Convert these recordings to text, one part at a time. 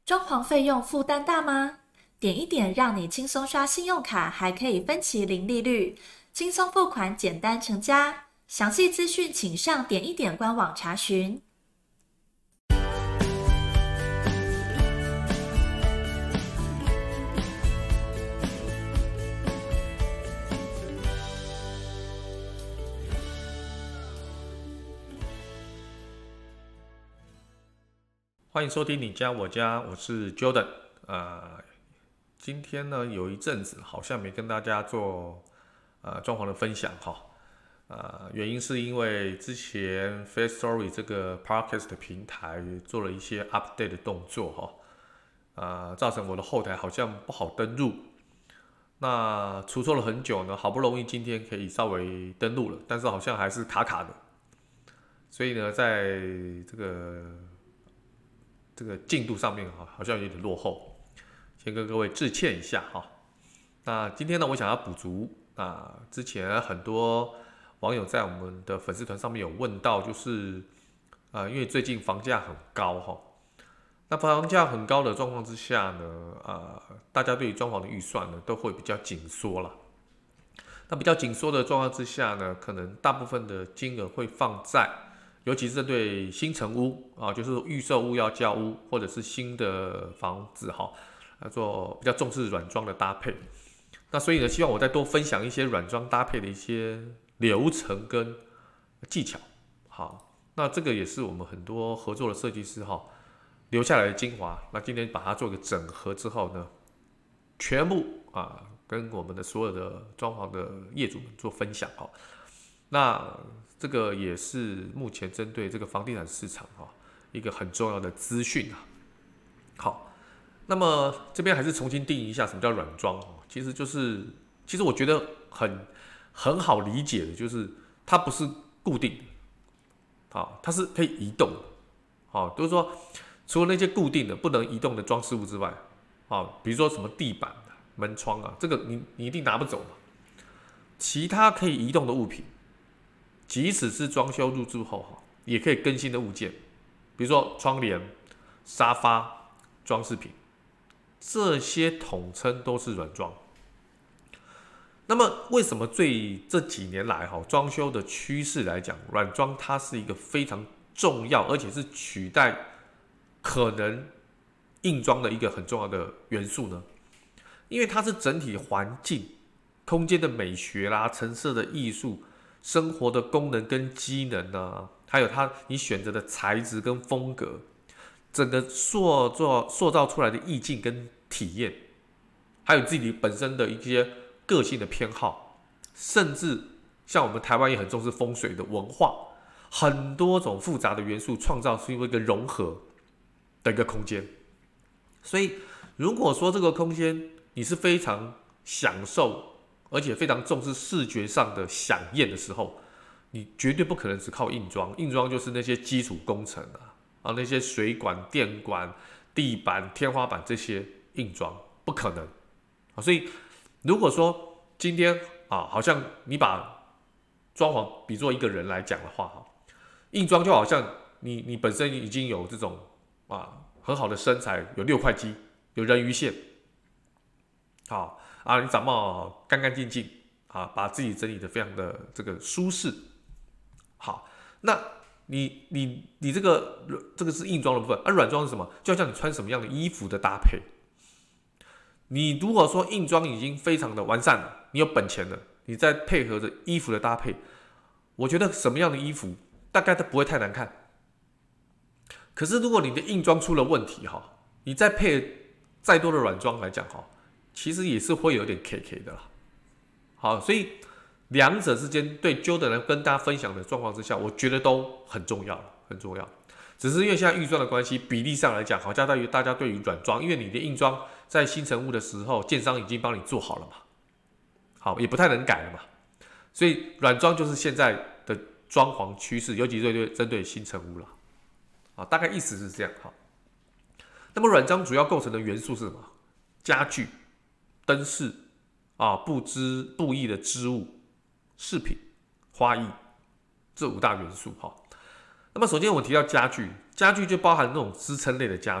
装潢费用负担大吗？点一点让你轻松刷信用卡，还可以分期零利率，轻松付款，简单成家。详细资讯请上点一点官网查询。 欢迎收听你家我家，我是 Jordan。今天呢有一阵子好像没跟大家做装潢的分享哈。原因是因为之前 Firstory 这个 Podcast 的平台做了一些 update 的动作哈，造成我的后台好像不好登入。那出错了很久呢，好不容易今天可以稍微登录了，但是好像还是卡卡的。所以呢，在这个进度上面好像有点落后，先跟各位致歉一下哈。那今天呢，我想要补足之前很多网友在我们的粉丝团上面有问到，就是因为最近房价很高哈，那房价很高的状况之下呢，大家对于装潢的预算呢都会比较紧缩了。那比较紧缩的状况之下呢，可能大部分的金额会放在尤其是针对新成屋就是预售屋要交屋，或者是新的房子做比较重视软装的搭配。那所以呢，希望我再多分享一些软装搭配的一些流程跟技巧。好，那这个也是我们很多合作的设计师留下来的精华。那今天把它做个整合之后呢，全部跟我们的所有的装潢的业主们做分享那这个也是目前针对这个房地产市场一个很重要的资讯好，那么这边还是重新定义一下什么叫软装其实我觉得很好理解的，就是它不是固定的它是可以移动的就是说除了那些固定的不能移动的装饰物之外比如说什么地板门窗这个你一定拿不走嘛。其他可以移动的物品，即使是装修入住后也可以更新的物件，比如说窗帘、沙发、装饰品，这些统称都是软装。那么为什么这几年来装修的趋势来讲，软装它是一个非常重要，而且是取代可能硬装的一个很重要的元素呢？因为它是整体环境空间的美学啦，陈设的艺术，生活的功能跟机能还有你选择的材质跟风格，整个塑造出来的意境跟体验，还有自己本身的一些个性的偏好，甚至像我们台湾也很重视风水的文化，很多种复杂的元素创造出一个融合的一个空间。所以如果说这个空间你是非常享受而且非常重视视觉上的响艳的时候，你绝对不可能只靠硬装。硬装就是那些基础工程那些水管、电管、地板、天花板这些硬装不可能所以如果说今天好像你把装潢比作一个人来讲的话硬装就好像你本身已经有这种很好的身材，有6块肌，有人鱼线你长帽干干净净把自己整理得非常的这个舒适。好，那你这个是硬装的部分，软装是什么？就像你穿什么样的衣服的搭配。你如果说硬装已经非常的完善了，你有本钱了，你再配合着衣服的搭配，我觉得什么样的衣服大概都不会太难看。可是如果你的硬装出了问题你再配再多的软装来讲其实也是会有点 KK 的啦。好，所以两者之间对 Jordan 跟大家分享的状况之下，我觉得都很重要，很重要。只是因为现在预算的关系，比例上来讲大家对于软装，因为你的硬装在新成屋的时候，建商已经帮你做好了嘛，好，也不太能改了嘛，所以软装就是现在的装潢趋势，尤其是针对新成屋了大概意思是这样那么软装主要构成的元素是什么？家具、灯饰布艺的织物、饰品、花艺，这5大元素那么首先我提到家具就包含那种支撑类的家具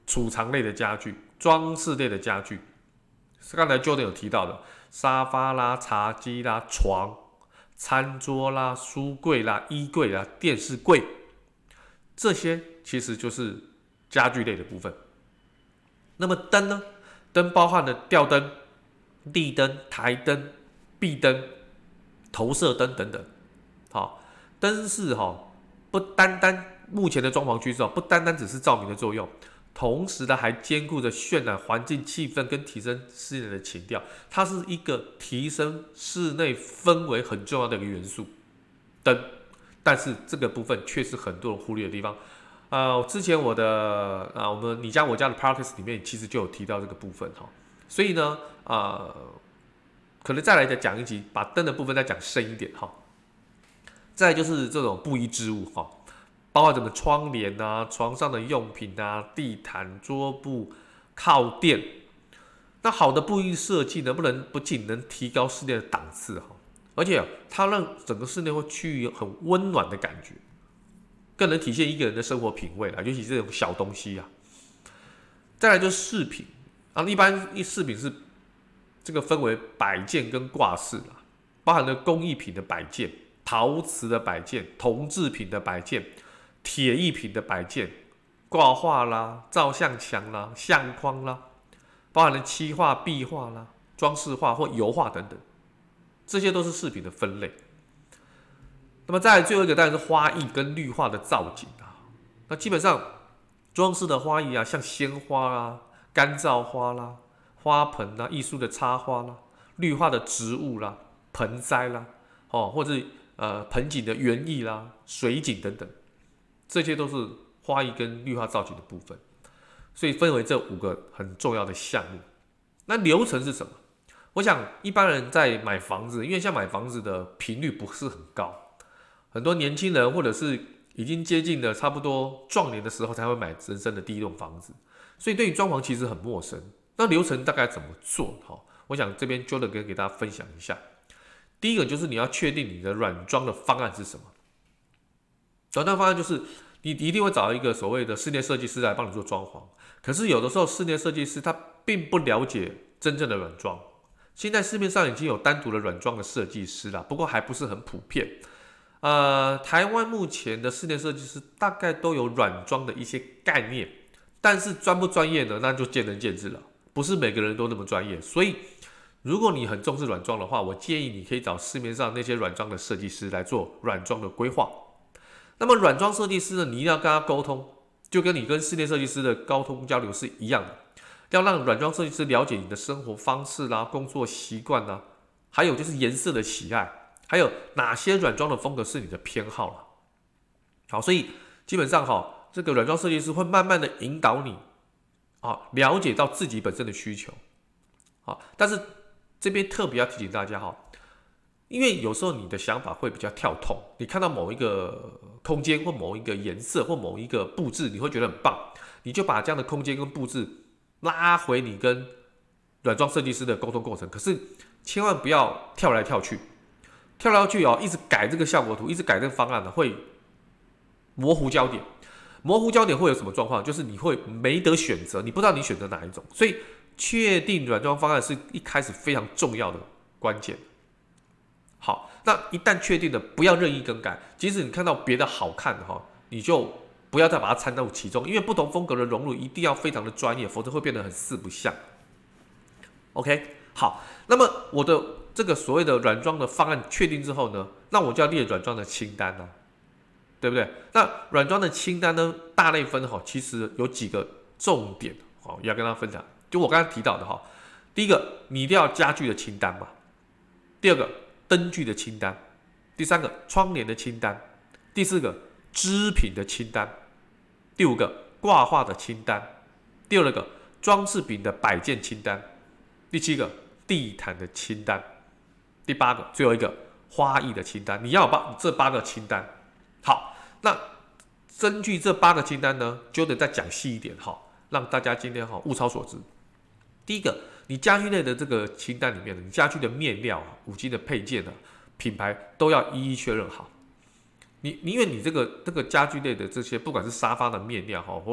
储藏类的家具、装饰类的家具，是刚才 Jordan 有提到的沙发啦、茶几啦、床、餐桌啦、书柜啦、衣柜啦、电视柜，这些其实就是家具类的部分。那么灯呢？灯包含了吊灯、地灯、台灯、壁灯、投射灯等等。好，灯饰不单单目前的装潢趋势不单单只是照明的作用，同时呢还兼顾着渲染环境气氛跟提升室内的情调，它是一个提升室内氛围很重要的一个元素。灯，但是这个部分却是很多人忽略的地方。之前我们你家我家的 podcast 里面其实就有提到这个部分所以呢可能再来讲一集，把灯的部分再讲深一点再来就是这种布衣织物包括什么窗帘啊、床上的用品啊、地毯、桌布、靠垫。那好的布艺设计不仅能提高室内的档次而且它让整个室内会趋于很温暖的感觉，更能体现一个人的生活品味尤其这种小东西再来就是饰品一般饰品是这个分为摆件跟挂饰包含了工艺品的摆件、陶瓷的摆件、铜制品的摆件、铁艺品的摆件、挂画啦、照相墙啦、相框啦，包含了漆画、壁画啦、装饰画或油画等等，这些都是饰品的分类。那么再来最后一个当然是花艺跟绿化的造景那基本上装饰的花艺像鲜花啦、干燥花啦、花盆啦、艺术的插花啦、绿化的植物啦、盆栽啦或者盆景的园艺啦、水景等等，这些都是花艺跟绿化造景的部分，所以分为这5个很重要的项目。那流程是什么？我想一般人在买房子，因为像买房子的频率不是很高，很多年轻人或者是已经接近了差不多壮年的时候才会买人生的第一栋房子，所以对于装潢其实很陌生。那流程大概怎么做？我想这边 Jordan 给大家分享一下。第一个就是你要确定你的软装的方案是什么。软装方案就是你一定会找一个所谓的室内设计师来帮你做装潢，可是有的时候室内设计师他并不了解真正的软装。现在市面上已经有单独的软装的设计师了，不过还不是很普遍。台湾目前的室内设计师大概都有软装的一些概念，但是专不专业呢？那就见仁见智了，不是每个人都那么专业。所以，如果你很重视软装的话，我建议你可以找市面上那些软装的设计师来做软装的规划。那么，软装设计师呢，你一定要跟他沟通，就跟你跟室内设计师的沟通交流是一样的，要让软装设计师了解你的生活方式啦、工作习惯啦，还有就是颜色的喜爱，还有哪些软装的风格是你的偏好啦。好，所以基本上这个软装设计师会慢慢的引导你了解到自己本身的需求。但是这边特别要提醒大家因为有时候你的想法会比较跳痛，你看到某一个空间或某一个颜色或某一个布置，你会觉得很棒，你就把这样的空间跟布置拉回你跟软装设计师的沟通过程。可是千万不要跳来跳去，一直改这个效果图，一直改这个方案会模糊焦点。模糊焦点会有什么状况？就是你会没得选择，你不知道你选择哪一种。所以确定软装方案是一开始非常重要的关键。好，那一旦确定了，不要任意更改。即使你看到别的好看的你就不要再把它掺到其中，因为不同风格的融入一定要非常的专业，否则会变得很四不像。OK， 好，那么我的这个所谓的软装的方案确定之后呢，那我就要列软装的清单了，对不对？那软装的清单呢，大类分其实有几个重点要跟大家分享。就我刚才提到的第一个，你一定要家具的清单嘛；第二个，灯具的清单；第三个，窗帘的清单；第四个，织品的清单；第五个，挂画的清单；第六个，装饰品的摆件清单；第七个，地毯的清单；第八个，最后一个，花艺的清单。你要有这8个清单。好，那根据这8个清单呢，就得再讲细一点让大家今天物超所值。第一个，你家具类的这个清单里面，你家具的面料、五金的配件品牌都要一一确认好。因为你这个家具类的这些，不管是沙发的面料或者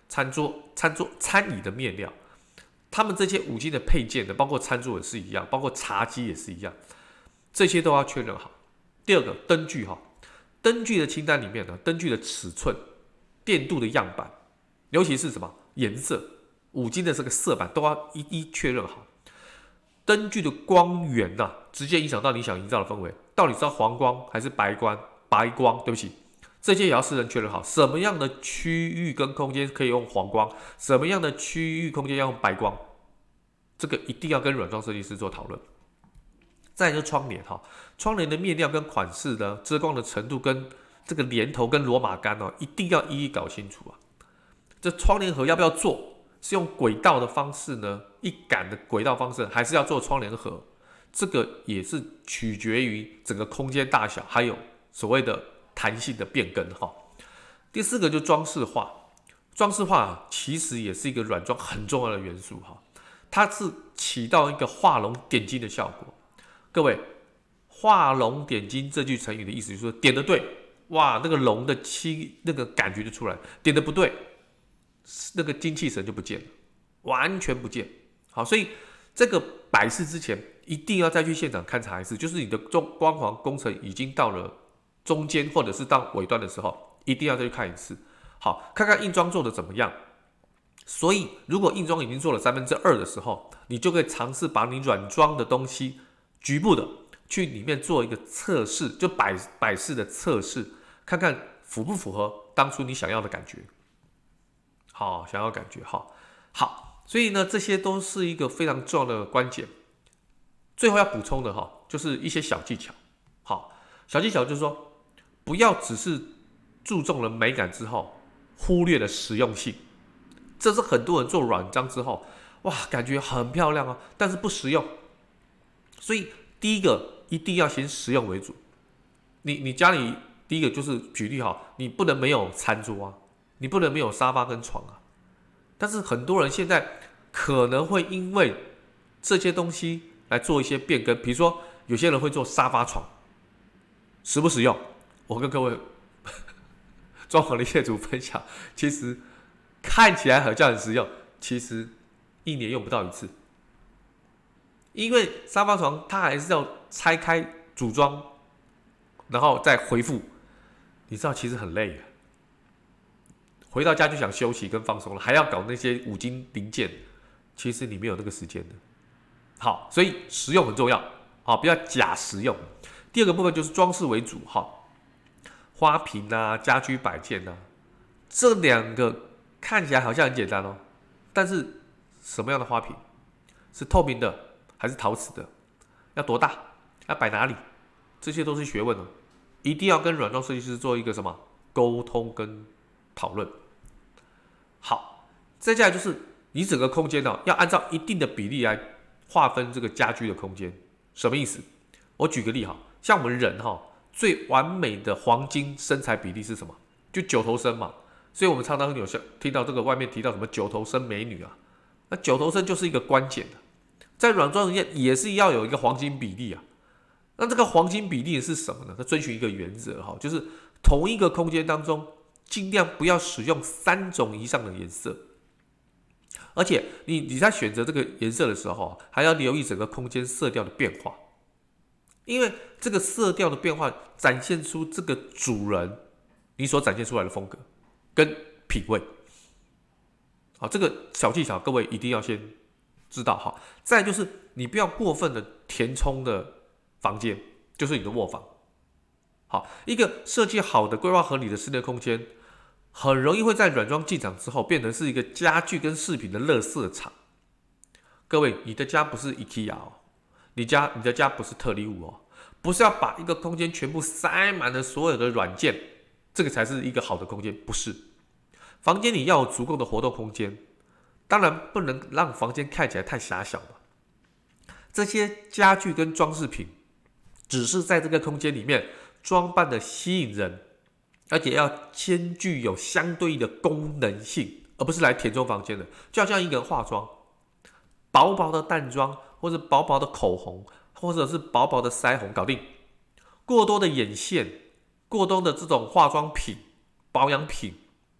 餐椅的面料，他们这些五金的配件的，包括餐桌也是一样，包括茶几也是一样，这些都要确认好。第二个，灯具哈，灯具的清单里面呢，灯具的尺寸、电镀的样板，尤其是什么颜色，五金的这个色板都要一一确认好。灯具的光源呐，直接影响到你想营造的氛围，到底是要黄光还是白光？对不起，这些也要私人确认好。什么样的区域跟空间可以用黄光，什么样的区域空间要用白光，这个一定要跟软装设计师做讨论。再来就是窗帘哈，窗帘的面料跟款式的遮光的程度跟这个帘头跟罗马杆一定要一一搞清楚啊。这窗帘盒要不要做？是用轨道的方式呢，一杆的轨道方式，还是要做窗帘盒？这个也是取决于整个空间大小，还有所谓的弹性的变更哈。第四个就是装饰画，装饰画其实也是一个软装很重要的元素哈，它是起到一个画龙点睛的效果。各位，画龙点睛这句成语的意思就是说，点的对，哇，那个龙的那个感觉就出来；点的不对，那个精气神就不见了，完全不见。好，所以这个摆饰之前一定要再去现场勘察一次，就是你的装潢工程已经到了中间或者是到尾端的时候，一定要再去看一次。好，看看硬装做的怎么样。所以，如果硬装已经做了2/3的时候，你就可以尝试把你软装的东西局部的去里面做一个测试，就摆饰的测试，看看符不符合当初你想要的感觉。好，想要感觉好，所以呢，这些都是一个非常重要的关键。最后要补充的就是一些小技巧。好，小技巧就是说，不要只是注重了美感之后，忽略了实用性。这是很多人做软装之后，哇，感觉很漂亮啊，但是不实用。所以第一个一定要先实用为主。你家里第一个就是举例你不能没有餐桌啊，你不能没有沙发跟床啊。但是很多人现在可能会因为这些东西来做一些变更，比如说有些人会做沙发床，实不实用？我跟各位装潢的业主分享，其实看起来好像很实用，其实1年用不到1次，因为沙发床它还是要拆开组装，然后再回复，你知道其实很累的。回到家就想休息跟放松了，还要搞那些五金零件，其实你没有那个时间的。好，所以实用很重要，好，不要假实用。第二个部分就是装饰为主，花瓶啊、家居摆件啊，这两个看起来好像很简单哦，但是什么样的花瓶？是透明的还是陶瓷的？要多大？要摆哪里？这些都是学问哦，一定要跟软装设计师做一个什么沟通跟讨论。好，再下来就是你整个空间要按照一定的比例来划分这个家居的空间。什么意思？我举个例像我们人最完美的黄金身材比例是什么？就9头身嘛。所以我们常常有听到这个外面提到什么9头身美女啊，那9头身就是一个关键的，在软装里面也是要有一个黄金比例啊。那这个黄金比例是什么呢？它遵循一个原则就是同一个空间当中，尽量不要使用3种以上的颜色，而且你在选择这个颜色的时候，还要留意整个空间色调的变化，因为这个色调的变化展现出这个主人你所展现出来的风格跟品味。好，这个小技巧各位一定要先知道再来就是你不要过分的填充的房间，就是你的卧房。好，一个设计好的规划合理的室内空间，很容易会在软装进场之后变成是一个家具跟饰品的垃圾场。各位，你的家不是 IKEA 你的家不是特力屋不是要把一个空间全部塞满了所有的软件，这个才是一个好的空间，不是。房间里要有足够的活动空间，当然不能让房间看起来太狭小了。这些家具跟装饰品只是在这个空间里面装扮的吸引人，而且要兼具有相对应的功能性，而不是来填充房间的。就好像一个人化妆，薄薄的淡妆或者薄薄的口红或者是薄薄的腮红搞定，过多的眼线，过多的这种化妆品保养品，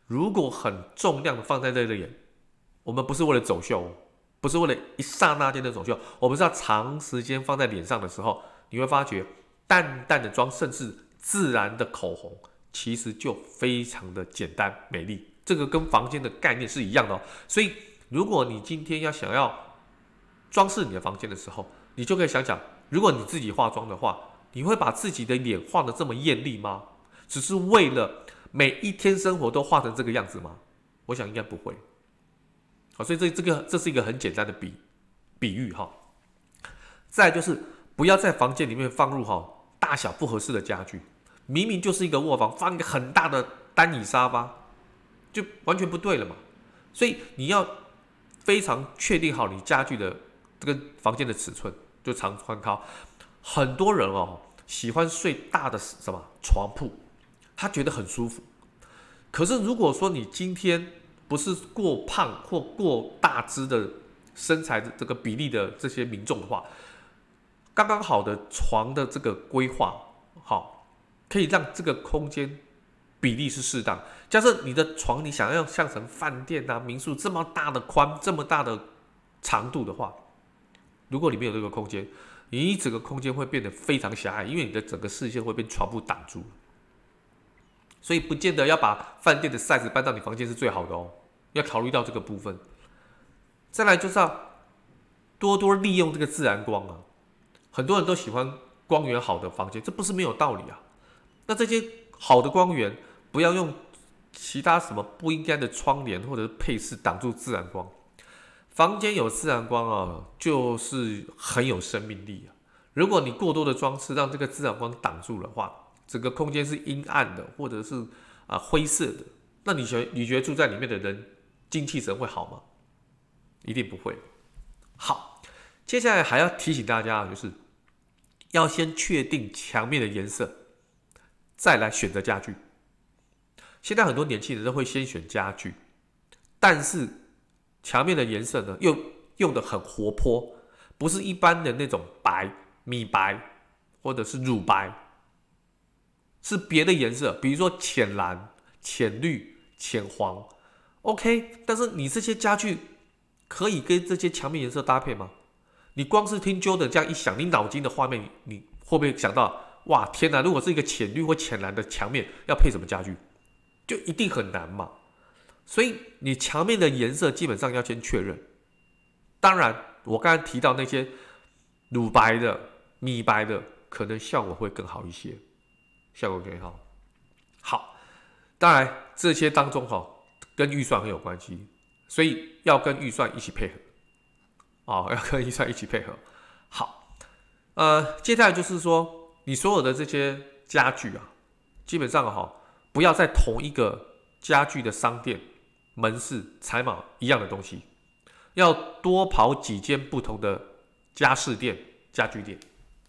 如果很重量的放在这里，我们不是为了走秀，不是为了一刹那间的走秀，我们是要长时间放在脸上的时候，你会发觉淡淡的妆，甚至自然的口红，其实就非常的简单美丽。这个跟房间的概念是一样的哦。所以如果你今天想要装饰你的房间的时候，你就可以想想，如果你自己化妆的话，你会把自己的脸画得这么艳丽吗？只是为了每一天生活都画成这个样子吗？我想应该不会。好，所以这是一个很简单的比喻哈。再来就是不要在房间里面放入大小不合适的家具，明明就是一个卧房，放一个很大的单椅沙发，就完全不对了嘛。所以你要非常确定好你家具的这个房间的尺寸，就长宽高。很多人喜欢睡大的床铺，他觉得很舒服。可是如果说你今天不是过胖或过大只的身材的这个比例的这些民众的话，刚刚好的床的这个规划，可以让这个空间比例是适当。假设你的床你想要像成饭店民宿这么大的宽，这么大的长度的话，如果你没有这个空间，你整个空间会变得非常狭隘，因为你的整个视线会被床铺挡住。所以不见得要把饭店的 size 搬到你房间是最好的哦，要考虑到这个部分。再来就是要多多利用这个自然光啊，很多人都喜欢光源好的房间，这不是没有道理啊。那这些好的光源，不要用其他什么不应该的窗帘或者是配饰挡住自然光。房间有自然光啊，就是很有生命力啊。如果你过多的装饰让这个自然光挡住的话，整个空间是阴暗的，或者是灰色的，那你觉得住在里面的人精气神会好吗？一定不会。好，接下来还要提醒大家，就是要先确定墙面的颜色，再来选择家具。现在很多年轻人都会先选家具，但是墙面的颜色呢，又用得很活泼，不是一般的那种白、米白或者是乳白。是别的颜色，比如说浅蓝、浅绿、浅黄 ，OK。但是你这些家具可以跟这些墙面颜色搭配吗？你光是听 Jordan 这样一想，你脑筋的画面，你会不会想到，哇，天哪！如果是一个浅绿或浅蓝的墙面，要配什么家具？就一定很难嘛。所以你墙面的颜色基本上要先确认。当然，我刚才提到那些乳白的、米白的，可能效果会更好一些。效果更好。好，当然这些当中跟预算很有关系，所以要跟预算一起配合。要跟预算一起配合。好，接下来就是说，你所有的这些家具基本上不要在同一个家具的商店、门市采买一样的东西，要多跑几间不同的家饰店、家具店。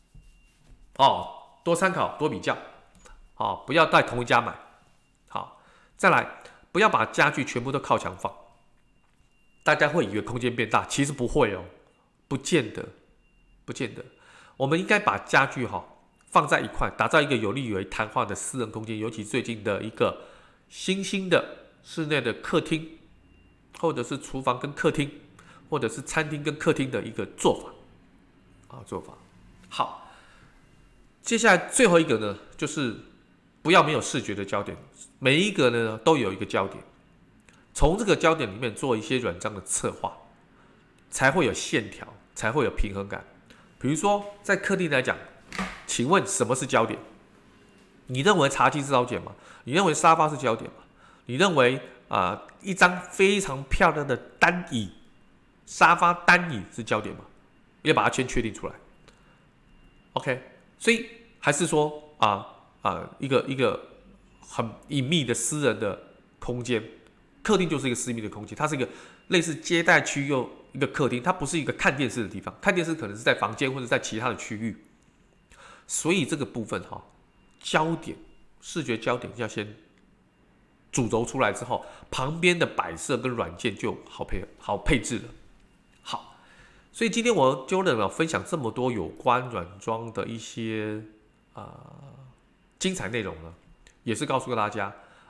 多参考，多比较。不要在同一家买。好，再来，不要把家具全部都靠墙放。大家会以为空间变大，其实不会哦，不见得。我们应该把家具放在一块，打造一个有利于谈话的私人空间。尤其最近的一个新兴的室内的客厅，或者是厨房跟客厅，或者是餐厅跟客厅的一个做法。好，接下来最后一个呢，就是不要没有视觉的焦点，每一个呢都有一个焦点，从这个焦点里面做一些软章的策划，才会有线条，才会有平衡感。比如说在客厅来讲，请问什么是焦点？你认为茶几是焦点吗？你认为沙发是焦点吗？你认为一张非常漂亮的单椅、沙发单椅是焦点吗？要把它先确定出来。OK， 所以还是说一个很隐秘的私人的空间，客厅就是一个私密的空间，它是一个类似接待区又一个客厅，它不是一个看电视的地方，看电视可能是在房间或者在其他的区域，所以这个部分焦点、视觉焦点要先主轴出来之后，旁边的摆设跟软件就好配置了。好，所以今天我 Jordan 分享这么多有关软装的一些精彩内容呢，也是告诉大家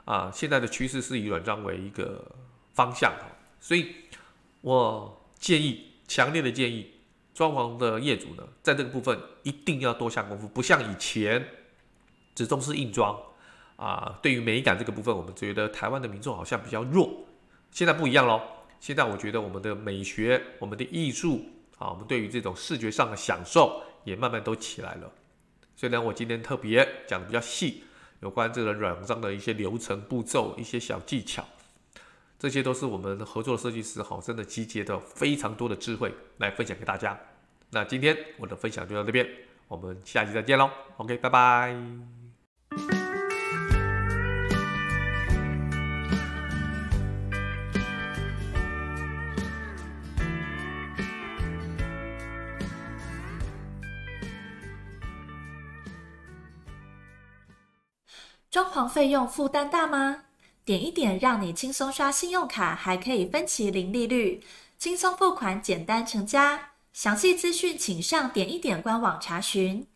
现在的趋势是以软装为一个方向，所以我强烈的建议装潢的业主呢，在这个部分一定要多下功夫，不像以前只重视硬装对于美感这个部分，我们觉得台湾的民众好像比较弱，现在不一样咯。现在我觉得我们的美学、我们的艺术我们对于这种视觉上的享受也慢慢都起来了。所以呢，我今天特别讲的比较细，有关这个软装的一些流程步骤、一些小技巧，这些都是我们合作的设计师真的集结的非常多的智慧来分享给大家。那今天我的分享就到这边，我们下期再见咯。 OK， 拜拜。 装潢费用负担大吗？点一点让你轻松刷信用卡，还可以分期零利率，轻松付款，简单成家。详细资讯请上点一点官网查询。